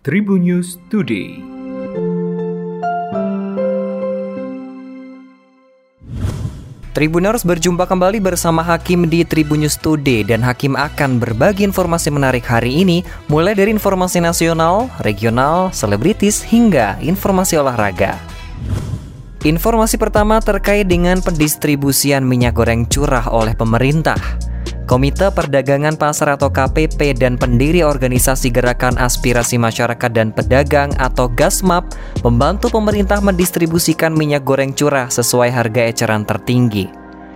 Tribun News Today. Tribuners berjumpa kembali bersama Hakim di Tribun News Today, dan Hakim akan berbagi informasi menarik hari ini, mulai dari informasi nasional, regional, selebritis, hingga informasi olahraga. Informasi pertama terkait dengan pendistribusian minyak goreng curah oleh pemerintah. Komite Perdagangan Pasar atau KPP dan pendiri organisasi Gerakan Aspirasi Masyarakat dan Pedagang atau GASMAP membantu pemerintah mendistribusikan minyak goreng curah sesuai harga eceran tertinggi.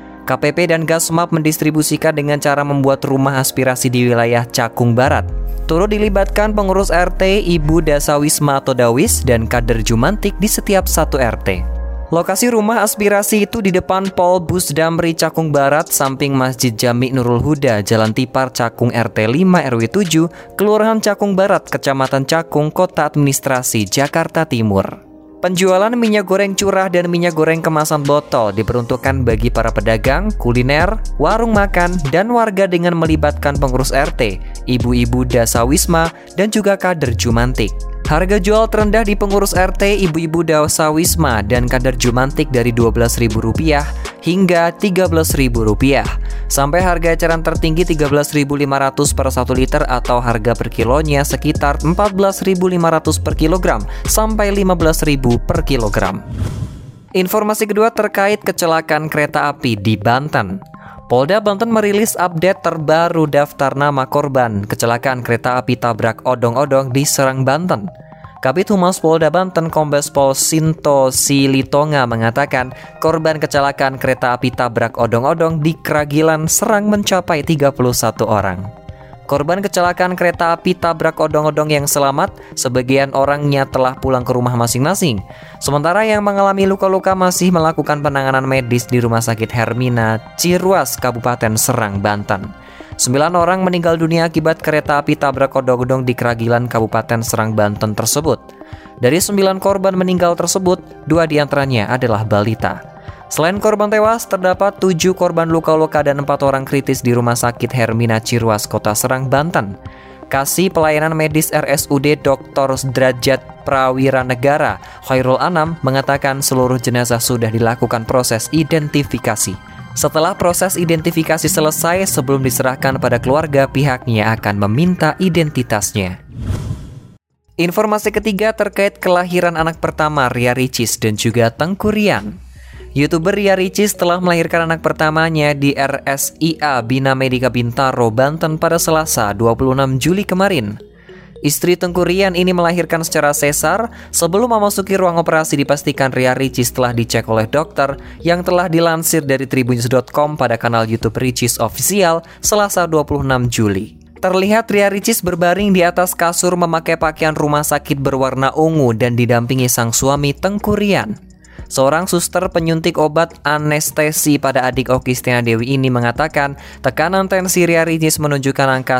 KPP dan GASMAP mendistribusikan dengan cara membuat rumah aspirasi di wilayah Cakung Barat. Turut dilibatkan pengurus RT, Ibu Dasawisma atau Dawis, dan kader Jumantik di setiap satu RT. Lokasi rumah aspirasi itu di depan Pol Bus Damri Cakung Barat, samping Masjid Jami Nurul Huda, Jalan Tipar Cakung RT 5 RW 7, Kelurahan Cakung Barat, Kecamatan Cakung, Kota Administrasi Jakarta Timur. Penjualan minyak goreng curah dan minyak goreng kemasan botol diperuntukkan bagi para pedagang, kuliner, warung makan, dan warga dengan melibatkan pengurus RT, ibu-ibu Dasawisma, dan juga kader Jumantik. Harga jual terendah di pengurus RT, ibu-ibu Dasawisma, dan kader Jumantik dari Rp12.000 hingga Rp13.000, sampai harga eceran tertinggi Rp13.500 per 1 liter atau harga per kilonya sekitar Rp14.500 per kilogram sampai Rp15.000 per kilogram. Informasi kedua terkait kecelakaan kereta api di Banten. Polda Banten merilis update terbaru daftar nama korban kecelakaan kereta api tabrak odong-odong di Serang, Banten. Kabid Humas Polda Banten Kombes Pol Sinto Silitonga mengatakan korban kecelakaan kereta api tabrak odong-odong di Kragilan, Serang mencapai 31 orang. Korban kecelakaan kereta api tabrak odong-odong yang selamat, sebagian orangnya telah pulang ke rumah masing-masing. Sementara yang mengalami luka-luka masih melakukan penanganan medis di Rumah Sakit Hermina Ciruas, Kabupaten Serang, Banten. 9 orang meninggal dunia akibat kereta api tabrak odong-odong di Kragilan, Kabupaten Serang, Banten tersebut. Dari 9 korban meninggal tersebut, 2 diantaranya adalah balita. Selain korban tewas, terdapat 7 korban luka-luka dan 4 orang kritis di Rumah Sakit Hermina Ciruas, Kota Serang, Banten. Kasih Pelayanan Medis RSUD Dr. Derajat Prawira Negara Khairul Anam mengatakan seluruh jenazah sudah dilakukan proses identifikasi. Setelah proses identifikasi selesai, sebelum diserahkan pada keluarga, pihaknya akan meminta identitasnya. Informasi ketiga terkait kelahiran anak pertama Ria Ricis dan juga Tengku Rian. YouTuber Ria Ricis telah melahirkan anak pertamanya di RSIA Bina Medika Bintaro, Banten pada Selasa 26 Juli kemarin. Istri Tengku Rian ini melahirkan secara sesar. Sebelum memasuki ruang operasi dipastikan Ria Ricis telah dicek oleh dokter, yang telah dilansir dari tribunnews.com pada kanal YouTube Ricis Official Selasa 26 Juli. Terlihat Ria Ricis berbaring di atas kasur memakai pakaian rumah sakit berwarna ungu dan didampingi sang suami Tengku Rian. Seorang suster penyuntik obat anestesi pada adik Okky Setiana Dewi ini mengatakan tekanan tensi Ria Ricis menunjukkan angka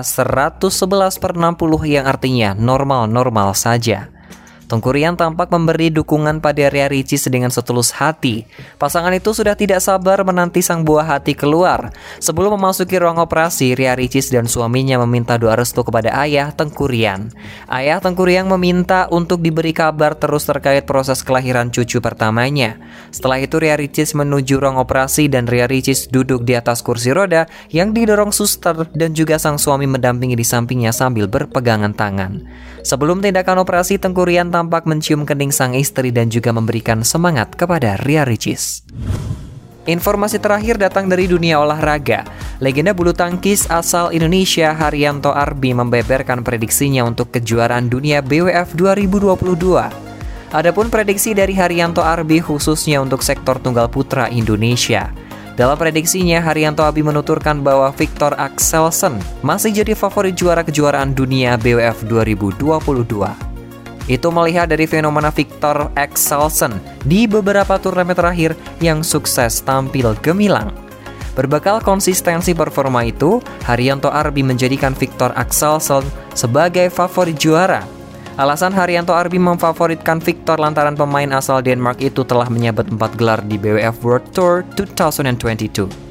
111/60 yang artinya normal-normal saja. Tengku Rian tampak memberi dukungan pada Ria Ricis dengan setulus hati. Pasangan itu sudah tidak sabar menanti sang buah hati keluar. Sebelum memasuki ruang operasi, Ria Ricis dan suaminya meminta doa restu kepada ayah Tengku Rian. Ayah Tengku Rian meminta untuk diberi kabar terus terkait proses kelahiran cucu pertamanya. Setelah itu Ria Ricis menuju ruang operasi dan Ria Ricis duduk di atas kursi roda yang didorong suster dan juga sang suami mendampingi di sampingnya sambil berpegangan tangan. Sebelum tindakan operasi, Tengku Rian tampak mencium kening sang istri dan juga memberikan semangat kepada Ria Ricis. Informasi terakhir datang dari dunia olahraga. Legenda bulu tangkis asal Indonesia Haryanto Arbi membeberkan prediksinya untuk kejuaraan dunia BWF 2022. Adapun prediksi dari Haryanto Arbi khususnya untuk sektor tunggal putra Indonesia. Dalam prediksinya, Haryanto Arbi menuturkan bahwa Viktor Axelsen masih jadi favorit juara kejuaraan dunia BWF 2022. Itu melihat dari fenomena Viktor Axelsen di beberapa turnamen terakhir yang sukses tampil gemilang. Berbekal konsistensi performa itu, Haryanto Arbi menjadikan Viktor Axelsen sebagai favorit juara. Alasan Haryanto Arbi memfavoritkan Viktor lantaran pemain asal Denmark itu telah menyabet 4 gelar di BWF World Tour 2022.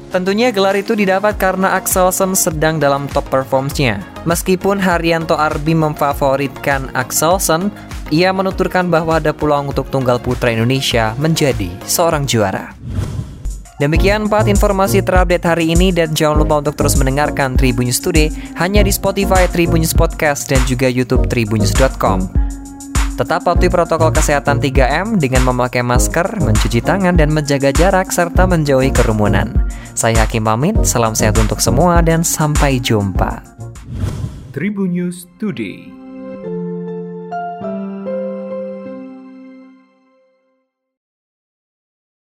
Tentunya gelar itu didapat karena Axelsen sedang dalam top performance-nya. Meskipun Haryanto Arbi memfavoritkan Axelsen, ia menuturkan bahwa ada peluang untuk tunggal putra Indonesia menjadi seorang juara. Demikian 4 informasi terupdate hari ini dan jangan lupa untuk terus mendengarkan Tribun News Today hanya di Spotify Tribun News Podcast dan juga YouTube tribunnews.com. Tetap patuhi protokol kesehatan 3M dengan memakai masker, mencuci tangan, dan menjaga jarak serta menjauhi kerumunan. Saya Hakim pamit, salam sehat untuk semua dan sampai jumpa. Tribun News Today.